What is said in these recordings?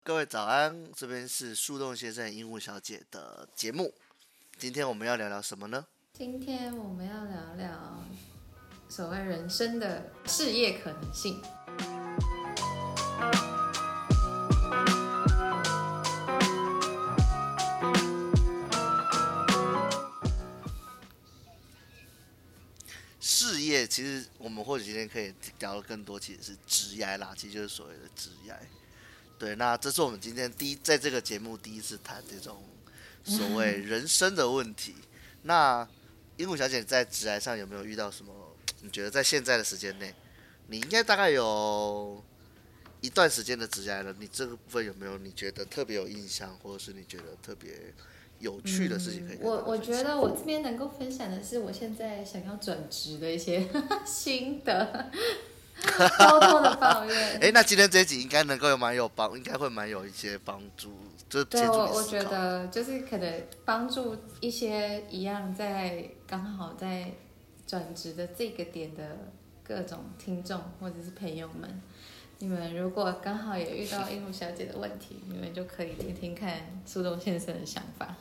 各位早安，这边是树洞先生、鹦鹉小姐的节目。今天我们要聊聊什么呢？ 今天我们要聊聊所谓人生的事业可能性。 事业其实我们或许今天可以聊的更多，其实是职业啦，其实就是所谓的职业。对，那这是我们今天在这个节目第一次谈这种所谓人生的问题。那鹦鹉小姐在职业上有没有遇到什么？你觉得在现在的时间内，你应该大概有一段时间的职业了，你这个部分有没有你觉得特别有印象，或者是你觉得特别有趣的事情可以跟大家分享？ 我觉得我这边能够分享的是我现在想要转职的一些心得，偷偷的抱怨。 那今天这一集应该能够应该会蛮有一些帮助，就是对， 协助你我觉思考。 得就是可能帮助一些一样刚好在转职的这个点的各种听众或者是朋友们，你们如果刚好也遇到鹦鹉小姐的问题，你们就可以听听看苏东先生的想法。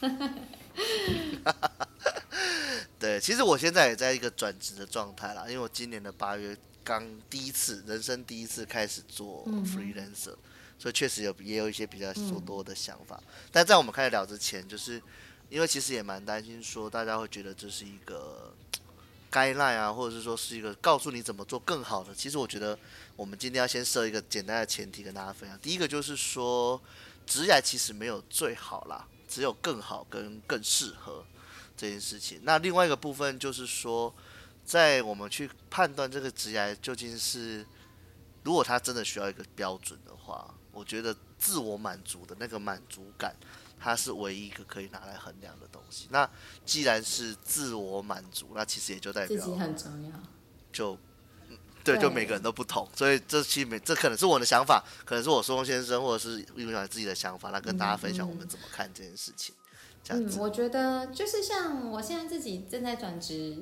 对，其实我现在也在一个转职的状态啦，因为我今年的8月人生第一次开始做 freelancer，所以确实也有一些比较多的想法。但在我们开始聊之前，就是因为其实也蛮担心说大家会觉得这是一个guideline啊，或者是说是一个告诉你怎么做更好的。其实我觉得我们今天要先设一个简单的前提跟大家分享。第一个就是说，职业其实没有最好啦，只有更好跟更适合这件事情。那另外一个部分就是说，在我们去判断这个职业究竟是，如果它真的需要一个标准的话，我觉得自我满足的那个满足感，它是唯一一个可以拿来衡量的东西。那既然是自我满足，那其实也就代表自己很重要。 就对，就每个人都不同，所以这可能是我的想法，可能是我苏东先生或者是运用自己的想法，来跟大家分享我们怎么看这件事情。这样子。 我觉得就是像我现在自己正在转职，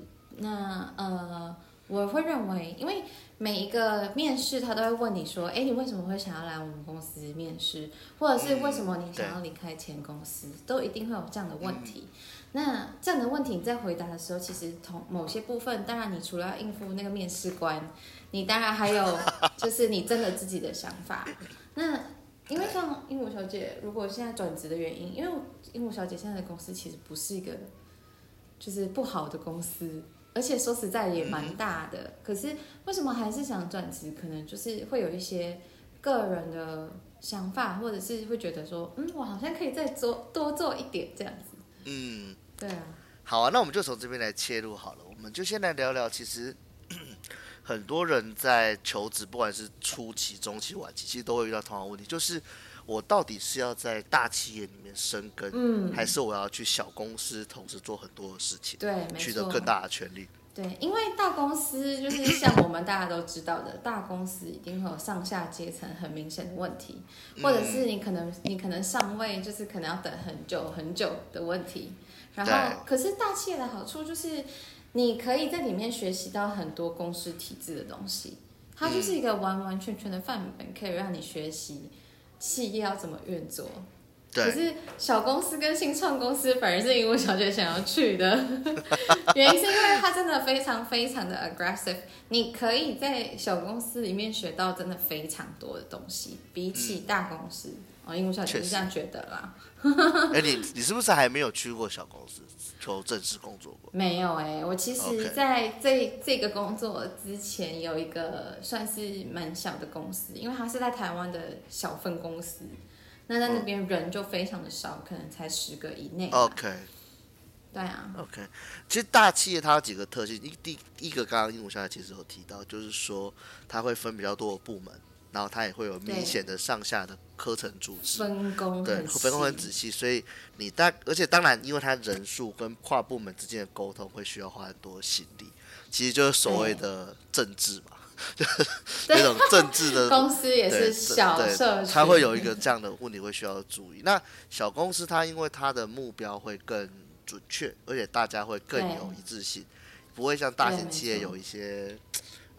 我会认为，因为每一个面试他都会问你说，你为什么会想要来我们公司面试，或者是为什么你想要离开前公司，都一定会有这样的问题。那这样的问题你在回答的时候，其实从某些部分，当然你除了要应付那个面试官，你当然还有就是你真的自己的想法。那因为像鹦鹉小姐，如果现在转职的原因，因为鹦鹉小姐现在的公司其实不是一个就是不好的公司，而且说实在也蛮大的。可是为什么还是想转职？可能就是会有一些个人的想法，或者是会觉得说，我好像可以再多做一点这样子。对啊。 好啊，那我们就从这边来切入好了。我们就先来聊聊，其实很多人在求职，不管是初期、中期、晚期，其实都会遇到同样的问题，就是我到底是要在大企业里面生根，还是我要去小公司同时做很多的事情， 对，没错， 取得更大的权利？ 对，因为大公司就是像我们大家都知道的，大公司一定会有上下阶层很明显的问题，或者是你可能上位就是可能要等很久很久的问题。然后，可是大企业的好处就是，你可以在里面学习到很多公司体制的东西，它就是一个完完全全的范本，可以让你学习企业要怎么运作。可是小公司跟新创公司反而是鹦鹉小姐想要去的，原因是因为它真的非常非常的 aggressive， 你可以在小公司里面学到真的非常多的东西，比起大公司。鹦鹉小姐是这样觉得啦。 你是不是还没有去过小公司求正式工作过？ 没有我其实在这个工作之前有一个算是蛮小的公司，因为它是在台湾的小分公司。那边人就非常的少，可能才10个以内。 OK， 对啊。 OK， 其实大企业它有几个特性，第一个刚刚鹦鹉小姐其实有提到，就是说它会分比较多的部门，然后它也会有明显的上下的科层组织， 分工对，分工很仔细，所以而且当然，因为它人数跟跨部门之间的沟通会需要花很多心力，其实就是所谓的政治嘛。那种政治的公司也是小社区， 它会有一个这样的问题会需要注意。那小公司它因为它的目标会更准确，而且大家会更有一致性，不会像大型企业有一些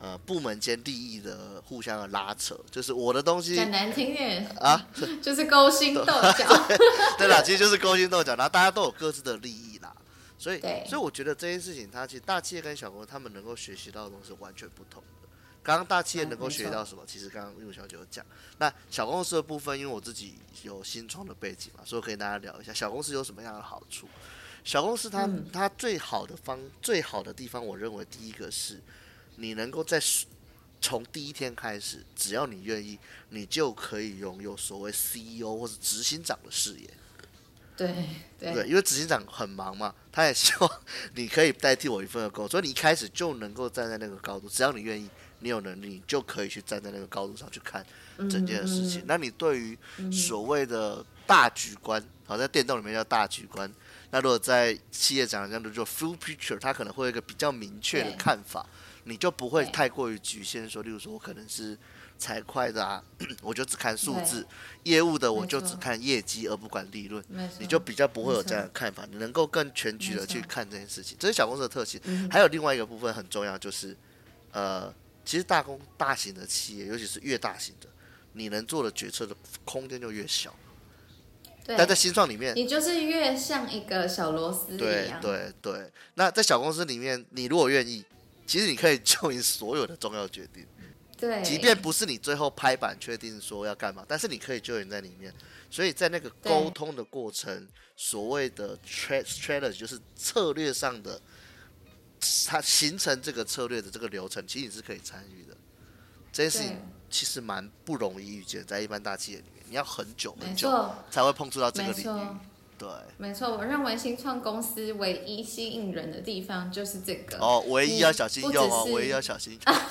部门间利益的互相的拉扯，就是我的东西讲难听点啊， 就是勾心斗角。 对啦，其实就是勾心斗角，然后大家都有各自的利益啦，所以我觉得这件事情，它其实大企业跟小公司他们能够学习到的东西是完全不同的。刚刚大企业能够学到什么？其实刚刚玉小姐有讲。那小公司的部分，因为我自己有新创的背景嘛，所以我可以跟大家聊一下小公司有什么样的好处。小公司它最好的地方，我认为第一个是，你能够从第一天开始，只要你愿意，你就可以拥有所谓 CEO 或是执行长的视野。 对， 因为执行长很忙嘛，他也希望你可以代替我一份的工作，所以你一开始就能够站在那个高度，只要你愿意，你有能力，你就可以去站在那个高度上去看整件事情。那你对于所谓的大局观，好，在电动里面叫大局观。那如果在企业讲这样的就 full picture， 它可能会有一个比较明确的看法，你就不会太过于局限说，例如说我可能是财会的啊，我就只看数字；业务的我就只看业绩而不管利润，你就比较不会有这样的看法，你能够更全局的去看这件事情，这是小公司的特性。还有另外一个部分很重要，就是其实大型的企业，尤其是越大型的，你能做的决策的空间就越小。但在新创里面， 你就是越像一个小螺丝一样。 对。那在小公司里面，你如果愿意，其实你可以就你所有的重要决定。 对。 即便不是你最后拍板确定说要干嘛，但是你可以就你在里面。所以在那个沟通的过程，所谓的 strategy 就是策略上的，它形成这个策略的这个流程，其实你是可以参与的。这件事情其实蛮不容易遇见，在一般大企业里面，你要很久才会碰触到这个领域。对， 没错，我认为新创公司唯一吸引人的地方就是这个。 唯一要小心用哦，唯一要小心用。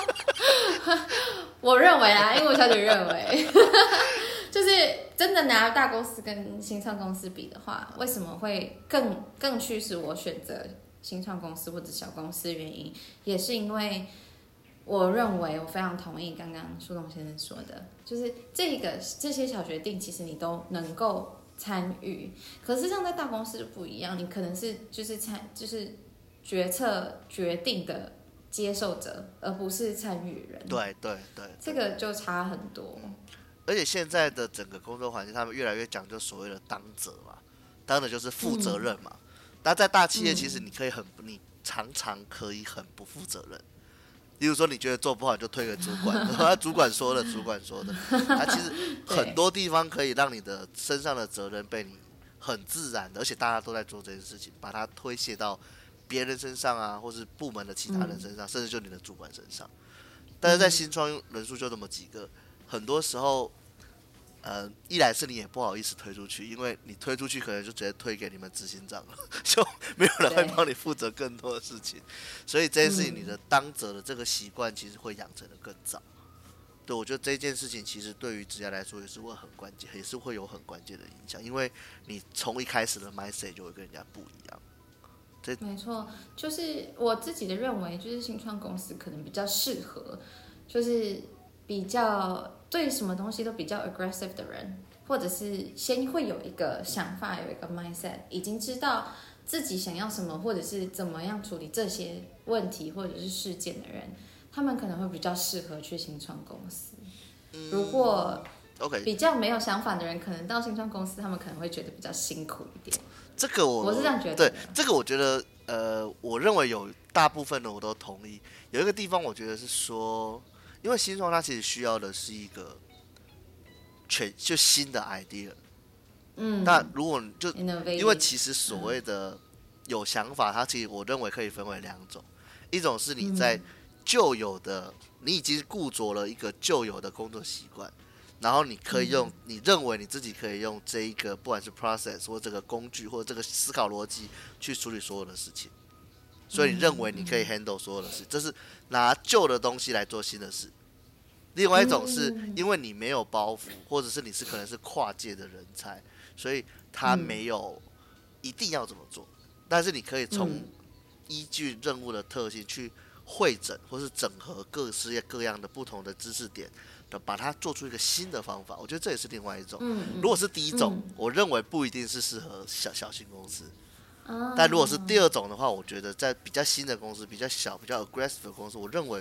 我认为啊，因为我小姐认为，就是真的拿大公司跟新创公司比的话，为什么会更驱使我选择新创公司或者小公司的原因，也是因为我认为我非常同意刚刚树洞先生说的，就是这些小决定，其实你都能够参与。可是像在大公司就不一样，你可能是就是决策决定的接受者，而不是参与人。 对， 这个就差很多。 而且现在的整个工作环境，他们越来越讲究所谓的当责嘛，当的就是负责任嘛。但在大企业，其实你你常常可以很不负责任。例如说，你觉得做不好，你就推给主管，主管说的。其实很多地方可以让你的身上的责任被你很自然的，而且大家都在做这件事情，把它推卸到别人身上啊，或是部门的其他人身上，甚至就你的主管身上。但是在新创人数就这么几个，很多时候，一来是你也不好意思推出去，因为你推出去可能就直接推给你们执行长了，就没有人会帮你负责更多的事情，所以这件事情你的当责的这个习惯其实会养成的更早。对，我觉得这件事情其实对于职业来说也是会很关键，也是会有很关键的影响，因为你从一开始的 mindset 就会跟人家不一样。 没错，就是我自己的认为，就是新创公司可能比较适合，就是比较对什么东西都比较 aggressive 的人，或者是先会有一个想法，有一个 mindset， 已经知道自己想要什么，或者是怎么样处理这些问题或者是事件的人，他们可能会比较适合去新创公司。如果比较没有想法的人，可能到新创公司，他们可能会觉得比较辛苦一点。 这个我是这样觉得。 对，这个我觉得，我认为有大部分的我都同意。有一个地方我觉得是说，因为新创它其实需要的是一个就新的 idea。那如果因为其实所谓的有想法，它其实我认为可以分为两种，一种是你在旧有的，你已经固着了一个旧有的工作习惯。然后你可以用，你认为你自己可以用这一个，不管是 process 或这个工具或这个思考逻辑去处理所有的事情，所以你认为你可以 handle 所有的事，这是拿旧的东西来做新的事。另外一种是因为你没有包袱，或者是你可能是跨界的人才，所以他没有一定要怎么做，但是你可以从依据任务的特性去汇整或是整合各式各样的不同的知识点，把它做出一个新的方法。我觉得这也是另外一种。如果是第一种，我认为不一定是适合小型公司。但如果是第二种的话，我觉得在比较新的公司、比较小、比较 aggressive 的公司，我认为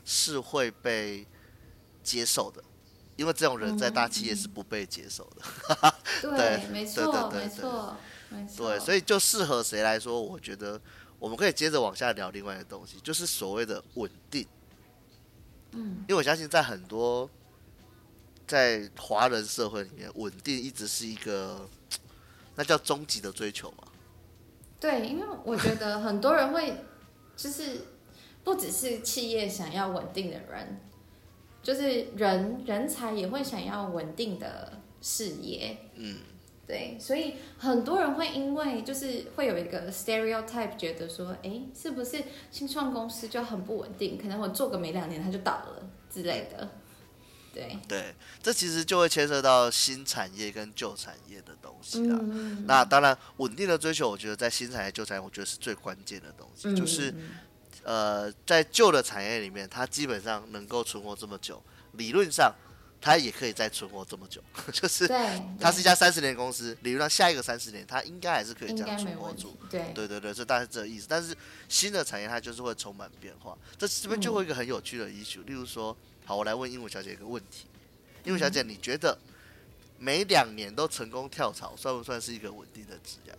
是会被接受的，因为这种人在大企业是不被接受的。 对，没错， 对没错，没错。 对，所以就适合谁来说，我觉得我们可以接着往下聊另外一个东西，就是所谓的稳定。因为我相信在很多在华人社会里面，稳定一直是一个那叫终极的追求嘛。 对，因为我觉得很多人会，就是不只是企业想要稳定的人，就是人才也会想要稳定的事业。对，所以很多人会因为就是会有一个 stereotype， 觉得说，哎，是不是新创公司就很不稳定，可能我做个没2年它就倒了之类的。对， 这其实就会牵涉到新产业跟旧产业的东西啦。那当然，稳定的追求，我觉得在新产业、旧产业，我觉得是最关键的东西。就是在旧的产业里面，它基本上能够存活这么久，理论上它也可以再存活这么久。就是它是一家30年公司，理论上下一个30年，它应该还是可以这样存活住。对，这大概是这个意思。但是新的产业它就是会充满变化，这边就会有一个很有趣的 issue，例如说。好，我来问鹦鹉小姐一个问题。鹦鹉小姐，你觉得每2年都成功跳槽，算不算是一个稳定的职业？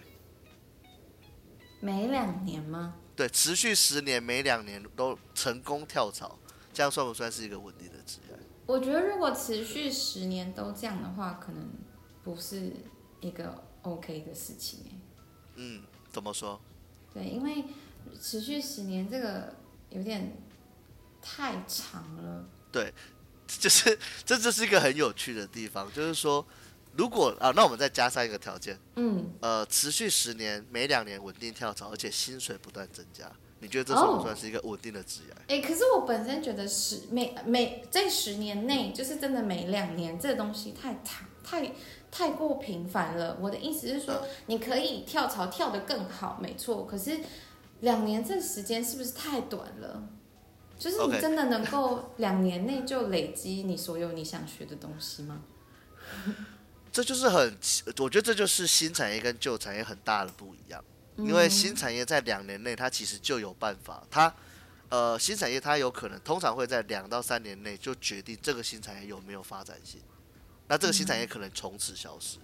每2年吗？ 对，持续10年，每2年都成功跳槽，这样算不算是一个稳定的职业？ 我觉得如果持续10年都这样的话，可能不是一个 OK 的事情。 怎么说？ 对，因为持续10年这个有点太长了。 对，这就是一个很有趣的地方，就是说，如果那我们再加上一个条件，持续10年，每2年稳定跳槽，而且薪水不断增加，你觉得这算不算是一个稳定的职业？ 可是我本身觉得在10年内，就是真的每2年，这个东西太过频繁了。我的意思是说，你可以跳槽跳得更好，没错，可是2年这时间是不是太短了？就是你真的能够2年内就累积你所有你想学的东西吗？ 这就是我觉得这就是新产业跟旧产业很大的不一样。因为新产业在2年内，它其实就有办法，新产业它有可能通常会在2到3年内就决定这个新产业有没有发展性，那这个新产业可能从此消失。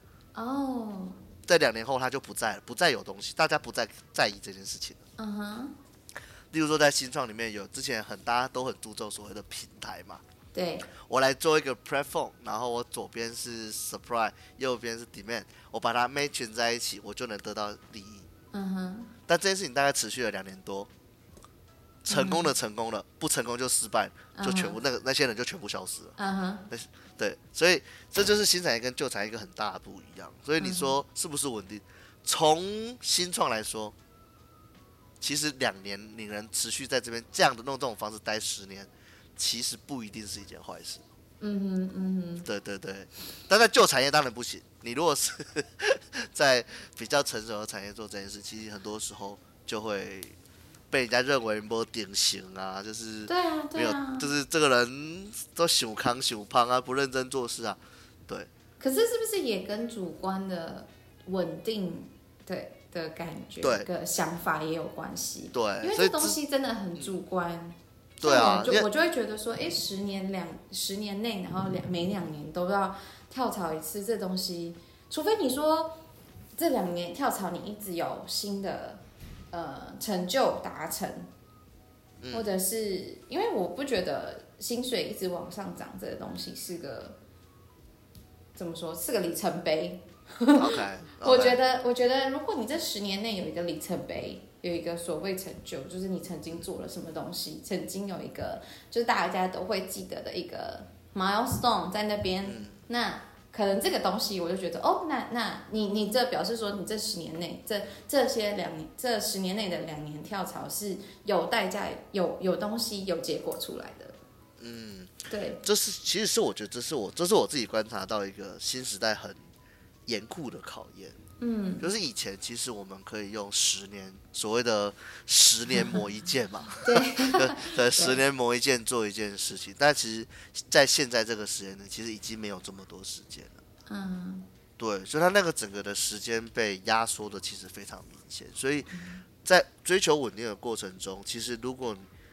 在2年后它就不再有东西，大家不再在意这件事情了。例如说，在新创里面之前大家都很注重所谓的平台嘛。 对， 我来做一个 platform， 然后我左边是 supply， 右边是 demand， 我把它 match 在一起，我就能得到利益。但这件事情大概持续了2年多，成功了，不成功就失败，就全部那些人就全部消失了。对，所以这就是新产业跟旧产业一个很大的不一样。所以你说是不是稳定？从新创来说。其实2年你能持续在这边这样的用这种方式待10年，其实不一定是一件坏事。对。但在旧产业当然不行。你如果是在比较成熟的产业做这件事，其实很多时候就会被人家认为没典型啊，就是没有，就是这个人都想康想胖啊，不认真做事啊，对。 可是是不是也跟主观的稳定的感觉、的想法也有关系？ 对， 因为这东西真的很主观。 对啊， 我就会觉得说，10年内，然后每2年都要跳槽一次，这东西，除非你说这2年跳槽你一直有新的成就达成，或者是因为我不觉得薪水一直往上涨这个东西是个怎么说，是个里程碑。 Okay. 我觉得，如果你这10年内有一个里程碑，有一个所谓成就，就是你曾经做了什么东西，曾经有一个就是大家都会记得的一个 milestone 在那边，那可能这个东西我就觉得，那你这表示说你这10年内这10年内的2年跳槽是有代价、有东西、有结果出来的。对， 其实是我觉得这是我自己观察到一个新时代很严酷的考验。就是以前其实我们可以用10年，所谓的10年磨一剑嘛，对，10年磨一剑做一件事情，但其实在现在这个时间呢，其实已经没有这么多时间了。对，所以他那个整个的时间被压缩的其实非常明显，所以在追求稳定的过程中，其实如果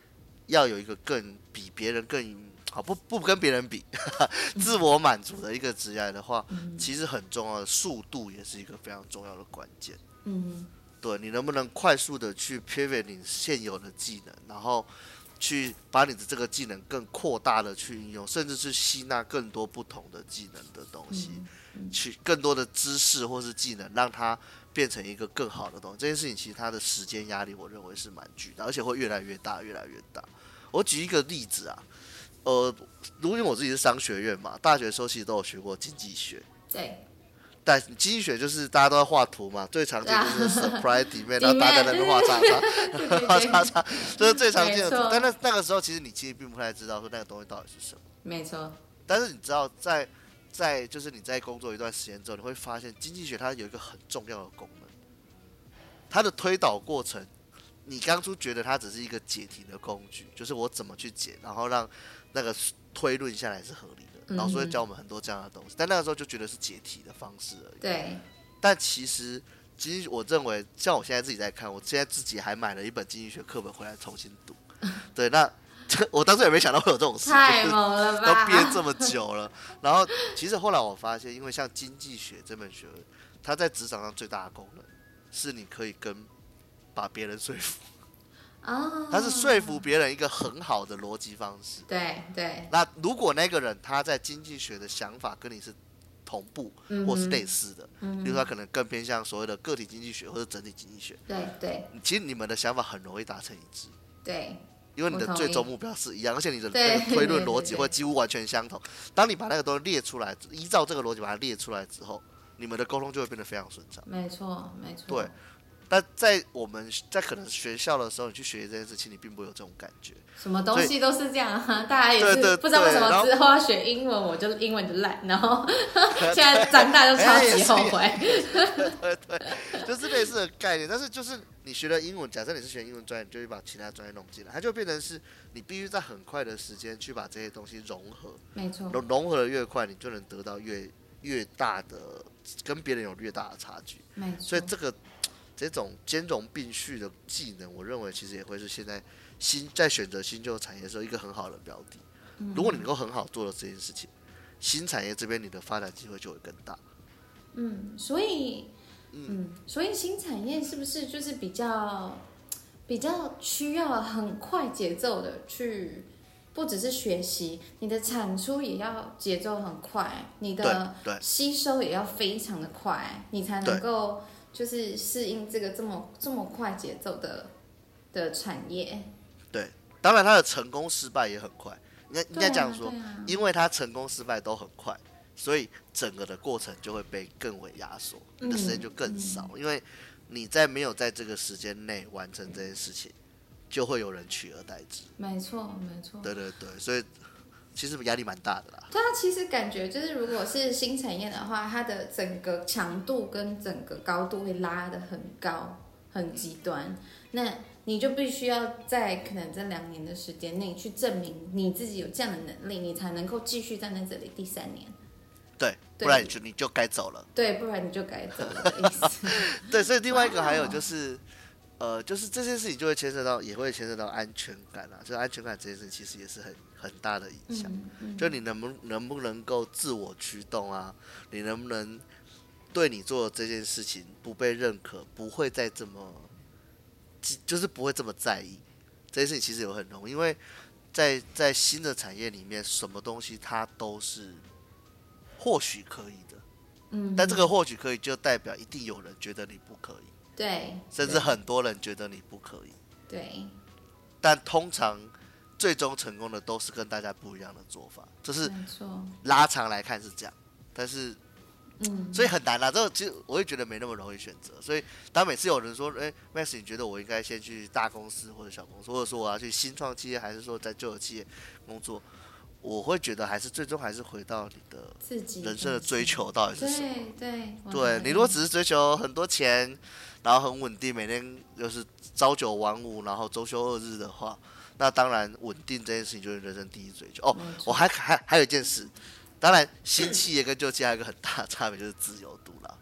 要有一个比别人更好，不跟别人比，自我满足的一个职业的话，其实很重要的速度也是一个非常重要的关键。对，你能不能快速的去 pivot 你现有的技能，然后去把你的这个技能更扩大的去应用，甚至是吸纳更多不同的技能的东西，去更多的知识或是技能，让它变成一个更好的东西。这件事情其实它的时间压力，我认为是蛮巨大，而且会越来越大，越来越大。我举一个例子啊，因为我自己是商学院嘛，大学的时候其实都有学过经济学。 对。 但经济学就是大家都在画图嘛，最常见就是 supply demand， 然后大家在那边画叉叉，画叉叉，这是最常见的图。但那个时候，其实你其实并不太知道说那个东西到底是什么。 没错。 但是你知道在就是你在工作一段时间之后，你会发现经济学它有一个很重要的功能，它的推导过程，你当初觉得它只是一个解题的工具，就是我怎么去解，然后让那个推论下来是合理的。老师会教我们很多这样的东西，但那个时候就觉得是解题的方式而已。 对。 但其实我认为，像我现在自己在看，我现在自己还买了一本经济学课本回来重新读。对，那我当时也没想到会有这种事， 太猛了吧！ 都憋这么久了。然后其实后来我发现，因为像经济学这门学问，它在职场上最大的功能是你可以把别人说服。它是说服别人一个很好的逻辑方式。 对对。 那如果那个人他在经济学的想法跟你是同步或是类似的，比如说他可能更偏向所谓的个体经济学或者整体经济学。 对对。 其实你们的想法很容易达成一致。 对。 因为你的最终目标是一样，而且你的推论逻辑会几乎完全相同。当你把那个东西列出来，依照这个逻辑把它列出来之后，你们的沟通就会变得非常顺畅。 没错没错。 对。但在我们在可能学校的时候，你去学习这件事情，你并不会有这种感觉。 什么东西都是这样啊，大家也是不知道为什么之后要学英文，我就英文就烂，然后现在长大就超级后悔。 对，就是类似的概念。但是就是你学了英文，假设你是学英文专业，你就会把其他专业弄进来，它就变成是你必须在很快的时间去把这些东西融合。 没错。 融合的越快，你就能得到越大的跟别人有越大的差距。 没错。 所以这种兼容并蓄的技能，我认为其实也会是现在在选择新旧产业的时候一个很好的标的。如果你能够很好做了这件事情，新产业这边你的发展机会就会更大。 所以新产业是不是就是比较需要很快节奏的去，不只是学习，你的产出也要节奏很快，你的吸收也要非常的快，你才能够就是适应这个这么快节奏的产业。 对，当然它的成功失败也很快，应该这样说，因为它成功失败都很快，所以整个的过程就会被更为压缩，你的时间就更少，因为你没有在这个时间内完成这件事情，就会有人取而代之。 没错没错。 对对对，所以其实压力蛮大的啦。 对啊，其实感觉就是如果是新产业的话，它的整个强度跟整个高度会拉得很高很极端，那你就必须要在可能这2年的时间内去证明你自己有这样的能力，你才能够继续站在这里第3年。 对，不然你就该走了。 对，不然你就该走了的意思。 对，所以另外一个还有就是，就是这件事情就会也会牵涉到安全感啊。就是安全感这件事情其实也是很大的影响。就你能不能够自我驱动啊？你能不能对你做的这件事情不被认可，不会再这么，就是不会这么在意。这件事情其实有很容易，因为在新的产业里面，什么东西它都是或许可以的，但这个或许可以就代表一定有人觉得你不可以， 对， 甚至很多人觉得你不可以， 对。 但通常最终成功的都是跟大家不一样的做法，就是拉长来看是这样，但是所以很难啦。这其实我会觉得没那么容易选择。所以当每次有人说，Max 你觉得我应该先去大公司或者小公司，或者说我要去新创企业，还是说在旧的企业工作，我会觉得最终还是回到你的人生的追求到底是什么。对，你如果只是追求很多钱，然后很稳定，每天就是朝9晚5，然后周休2日的话，那当然稳定这件事情就是人生第一追求。我还有一件事，当然新企业跟旧企业还有一个很大的差别就是自由度啦。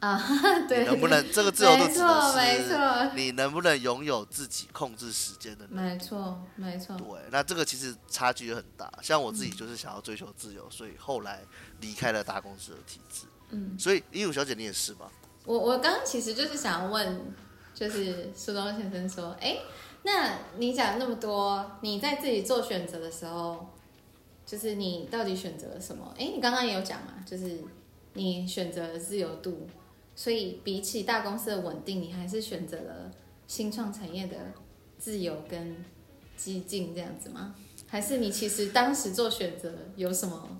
啊，对， 你能不能这个自由度指的没是错， 你能不能拥有自己控制时间的能力？ 没错，没错。 对，那这个其实差距也很大。像我自己就是想要追求自由，所以后来离开了大公司的体制。所以鹦鹉小姐你也是吗？ 我刚刚其实就是想要问，就是苏东先生说，哎，那你讲那么多，你在自己做选择的时候，就是你到底选择了什么？哎，你刚刚也有讲嘛，就是你选择了自由度，所以比起大公司的稳定，你还是选择了新创产业的自由跟激进这样子吗？还是你其实当时做选择有什么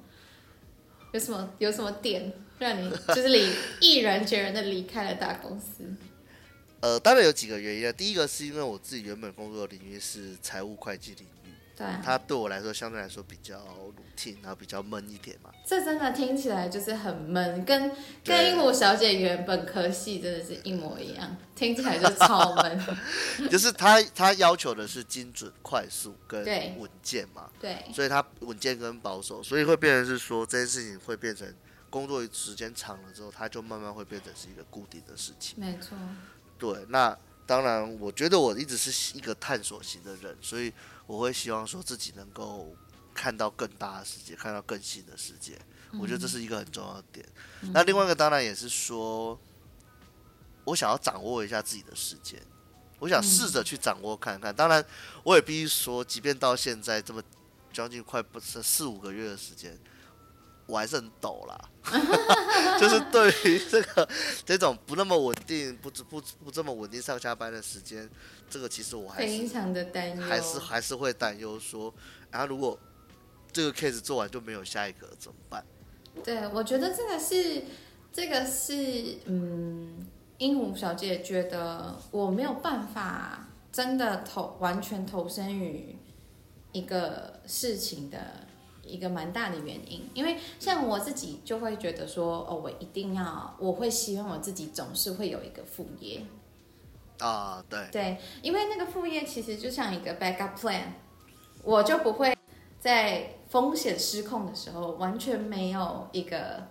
点让你就是毅然决然的离开了大公司？ 当然有几个原因啊。第一个是因为我自己原本工作的领域是财务会计领域， 对啊， 它对我来说相对来说比较 routine， 然后比较闷一点嘛。 这真的听起来就是很闷，跟鹦鹉小姐原本科系真的是一模一样，听起来就超闷。 就是他要求的是精准、快速跟对稳健嘛， 对， 所以它稳健跟保守，所以会变成是说这件事情会变成工作时间长了之后，它就慢慢会变成是一个固定的事情。 没错， 对，那当然，我觉得我一直是一个探索型的人，所以我会希望说自己能够看到更大的世界，看到更新的世界。我觉得这是一个很重要的点。那另外一个当然也是说，我想要掌握一下自己的时间，我想试着去掌握看看。当然，我也必须说，即便到现在这么将近快4-5个月的时间，我还是很抖啦。就是对于这种不那么稳定、不这么稳定上下班的时间，这个其实我还是非常的担忧， 还是会担忧说，然后如果这个 case 做完就没有下一个怎么办？ 对，我觉得这个是，鹦鹉小姐觉得我没有办法真的完全投身于一个事情的一个蛮大的原因，因为像我自己就会觉得说，哦，我会希望我自己总是会有一个副业啊，对， 对，因为那个副业其实就像一个 backup plan，我就不会在风险失控的时候完全没有一个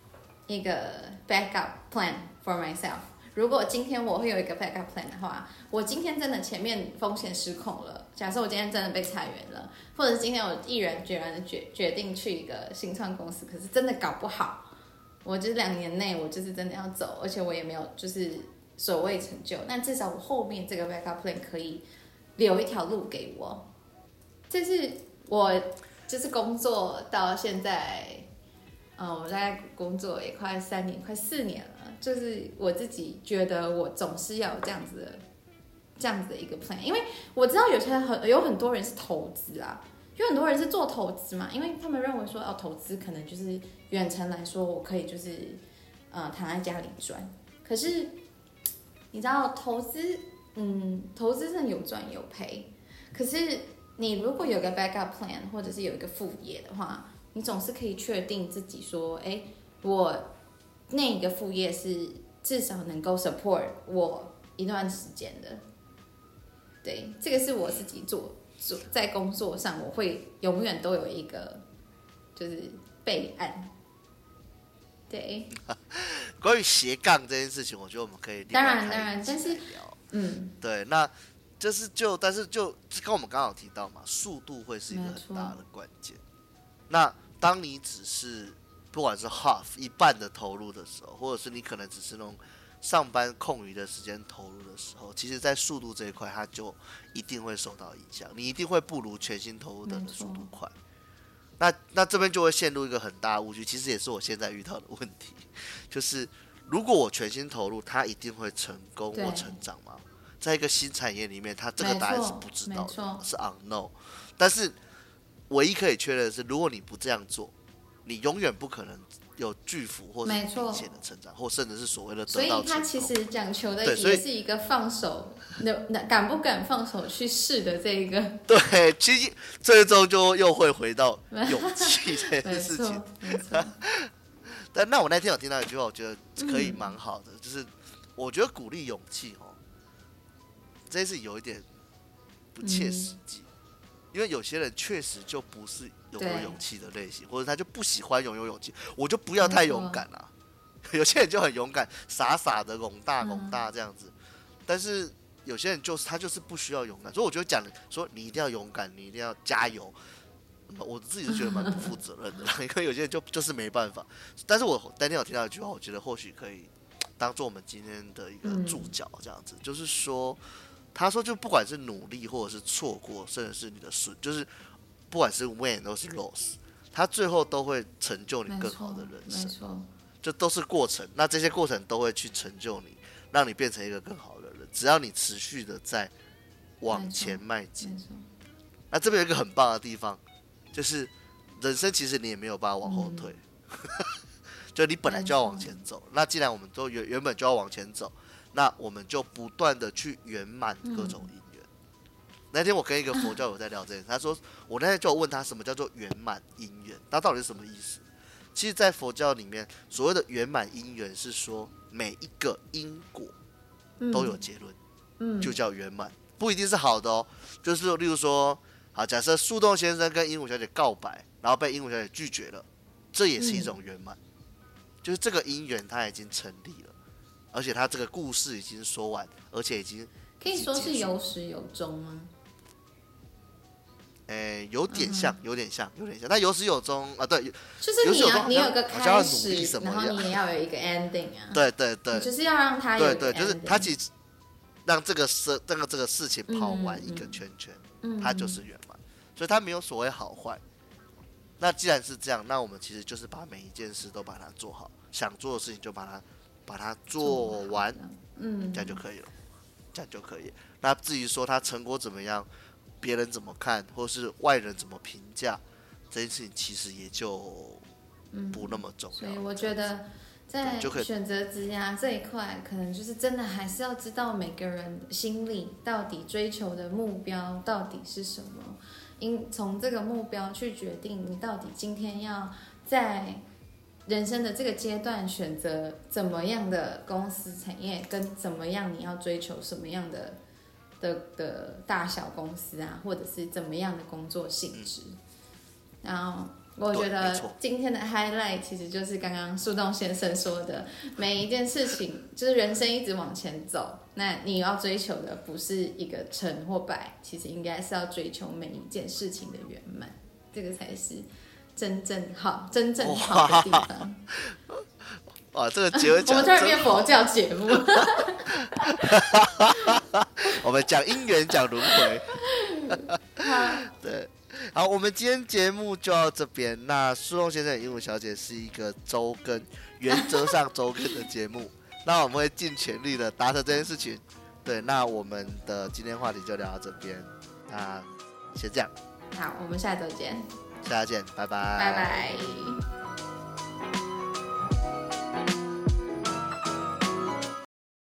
backup plan for myself。如果今天我会有一个 backup plan 的话，我今天真的前面风险失控了，假设我今天真的被裁员了，或者是今天我毅然决然的决定去一个新创公司，可是真的搞不好，我就是2年内我就是真的要走，而且我也没有就是所谓成就，那至少我后面这个 backup plan 可以留一条路给我。这是我就是工作到现在，我大概工作也快3年，快4年了。就是我自己觉得我总是要有这样子的一个 plan， 因为我知道有很多人是投资啊，有很多人是做投资嘛，因为他们认为说投资可能就是远程来说，我可以就是躺在家里赚。可是你知道投资真的有赚有赔，可是你如果有个 backup plan 或者是有一个副业的话，你总是可以确定自己说，我那个副业是至少能够 support 我一段时间的。对，这个是我自己做在工作上，我会永远都有一个就是备案。对， 关于斜杠这件事情，我觉得我们可以当然，但是聊。对，那但是跟我们刚好提到嘛，速度会是一个很大的关键。那当你只是不管是 half 一半的投入的时候，或者是你可能只是那种上班空余的时间投入的时候，其实在速度这一块，它就一定会受到影响，你一定会不如全心投入的速度快。那这边就会陷入一个很大的误区，其实也是我现在遇到的问题，就是如果我全心投入，它一定会成功或成长吗？在一个新产业里面，它这个答案是不知道的，是 unknown。但是唯一可以确认的是，如果你不这样做，你永远不可能有巨幅或者明显的成长，或甚至是所谓的得到成功。 所以他其实讲求的也是一个放手，敢不敢放手去试的这一个。 对，其实最终就又会回到勇气这件事情。 没错。 但那我那天有听到一句话，我觉得可以蛮好的，就是我觉得鼓励勇气这件事有一点不切实际。因为有些人确实就不是拥有勇气的类型，或者他就不喜欢拥有勇气，我就不要太勇敢了。 有些人就很勇敢，傻傻的拱大这样子，但是有些人他就是不需要勇敢，所以我就讲说你一定要勇敢，你一定要加油。我自己是觉得蛮不负责任的啦，因为有些人就是没办法。但是我当天有听到一句话，我觉得或许可以当做我们今天的一个注脚，这样子，就是说，他说就不管是努力或者是错过，甚至是你的就是不管是 win 都是 loss， 他最后都会成就你更好的人生， 没错， 就都是过程。那这些过程都会去成就你，让你变成一个更好的人。只要你持续的在往前迈进。那这边有一个很棒的地方。就是人生其实你也没有办法往后退，就你本来就要往前走。那既然我们都原本就要往前走，那我们就不断的去圆满各种因缘。那天我跟一个佛教友在聊这件事，他说我那天就问他什么叫做圆满因缘，那到底是什么意思？其实，在佛教里面，所谓的圆满因缘是说每一个因果都有结论，就叫圆满，不一定是好的哦。就是例如说。好，假设树洞先生跟鹦鹉小姐告白，然后被鹦鹉小姐拒绝了，这也是一种圆满，就是这个姻缘它已经成立了，而且它这个故事已经说完，而且已经可以说是有始有终吗？ 有点像，有点像，但有始有终啊，对， 就是你有个开始， 然后你也要有一个 ending 啊， 对， 你就是要让它有一个 ending， 就是它其实让这个事情跑完一个圈圈。它就是圆满，所以它没有所谓好坏。那既然是这样，那我们其实就是把每一件事都把它做好，想做的事情就把它做完，这样就可以了，这样就可以。那至于说它成果怎么样，别人怎么看，或是外人怎么评价，这件事情其实也就不那么重要。 所以我觉得。在选择职涯这一块，可能就是真的还是要知道每个人心里到底追求的目标到底是什么，从这个目标去决定你到底今天要在人生的这个阶段选择怎么样的公司产业，跟怎么样你要追求什么样的大小公司啊，或者是怎么样的工作性质，然后。我觉得今天的 highlight 其实就是刚刚树洞先生说的，每一件事情就是人生一直往前走，那你要追求的不是一个成或败，其实应该是要追求每一件事情的圆满，这个才是真正好的地方。 哇，这个结尾我们突然变佛教节目。 我们讲因缘，讲轮回。对。好，我们今天节目就到这边。那树洞先生与鹦鹉小姐是一个周更，原则上周更的节目。那我们会尽全力的达成这件事情。对，那我们的今天话题就聊到这边。那先这样。 好，我们下周见。 下次见，拜拜。 拜拜。